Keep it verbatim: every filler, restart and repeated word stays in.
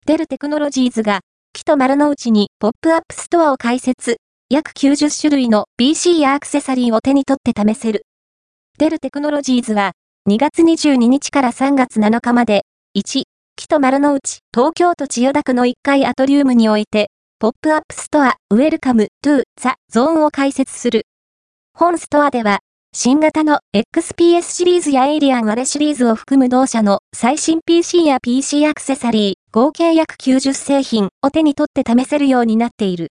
デルテクノロジーズが、北丸の内にポップアップストアを開設。約きゅうじゅっしゅるいの ピーシー やアクセサリーを手に取って試せる。デルテクノロジーズは、にがつにじゅうににちからさんがつなのかまで、いち、北丸の内、東京都千代田区のいっかいアトリウムにおいて、ポップアップストア、ウェルカム、トゥ、ザ、ゾーンを開設する。本ストアでは、新型の エックスピーエス シリーズやエイリアンアレシリーズを含む同社の最新 ピーシー や ピーシー アクセサリー、合計約きゅうじゅっせいひんを手に取って試せるようになっている。